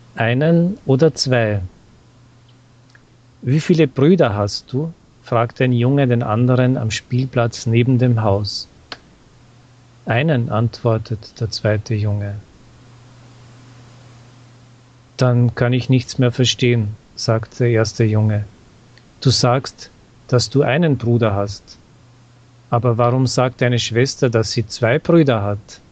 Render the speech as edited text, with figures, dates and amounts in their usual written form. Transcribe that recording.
Einen oder zwei? Wie viele Brüder hast du? Fragte ein Junge den anderen am Spielplatz neben dem Haus. Einen, antwortet der zweite Junge. Dann kann ich nichts mehr verstehen, sagt der erste Junge. Du sagst, dass du einen Bruder hast. Aber warum sagt deine Schwester, dass sie zwei Brüder hat?